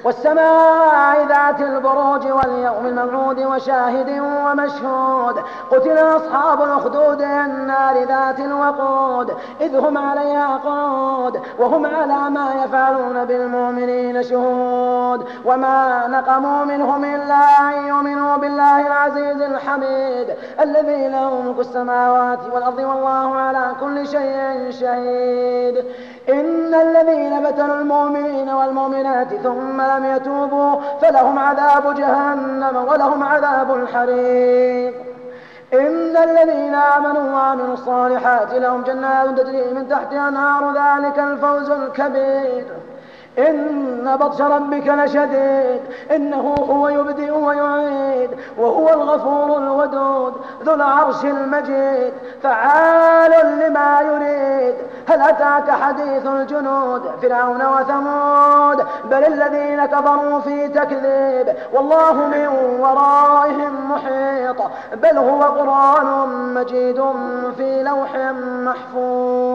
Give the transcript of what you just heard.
والسماء ذات البروج واليوم الموعود وشاهد ومشهود قتل أصحاب الأخدود النار ذات الوقود إذ هم عليها قعود وهم على ما يفعلون بالمؤمنين شهود وما نقموا منهم إلا أن يؤمنوا بالله العزيز الحميد الذي له ملك السماوات والأرض والله على كل شيء شهيد. إن الذين فتنوا المؤمنين والمؤمنات ثم لم يتوبوا فلهم عذاب جهنم ولهم عذاب الحريق. إن الذين آمنوا وعملوا الصالحات لهم جنات تجري من تحتها الأنهار ذلك الفوز الكبير. إن بطش ربك لشديد إنه هو يبدئ ويعيد وهو الغفور الودود ذو العرش المجيد فعال لما يريد. هل أتاك حديث الجنود فرعون وثمود بل الذين كفروا في تكذيب والله من ورائهم محيط بل هو قرآن مجيد في لوح محفوظ.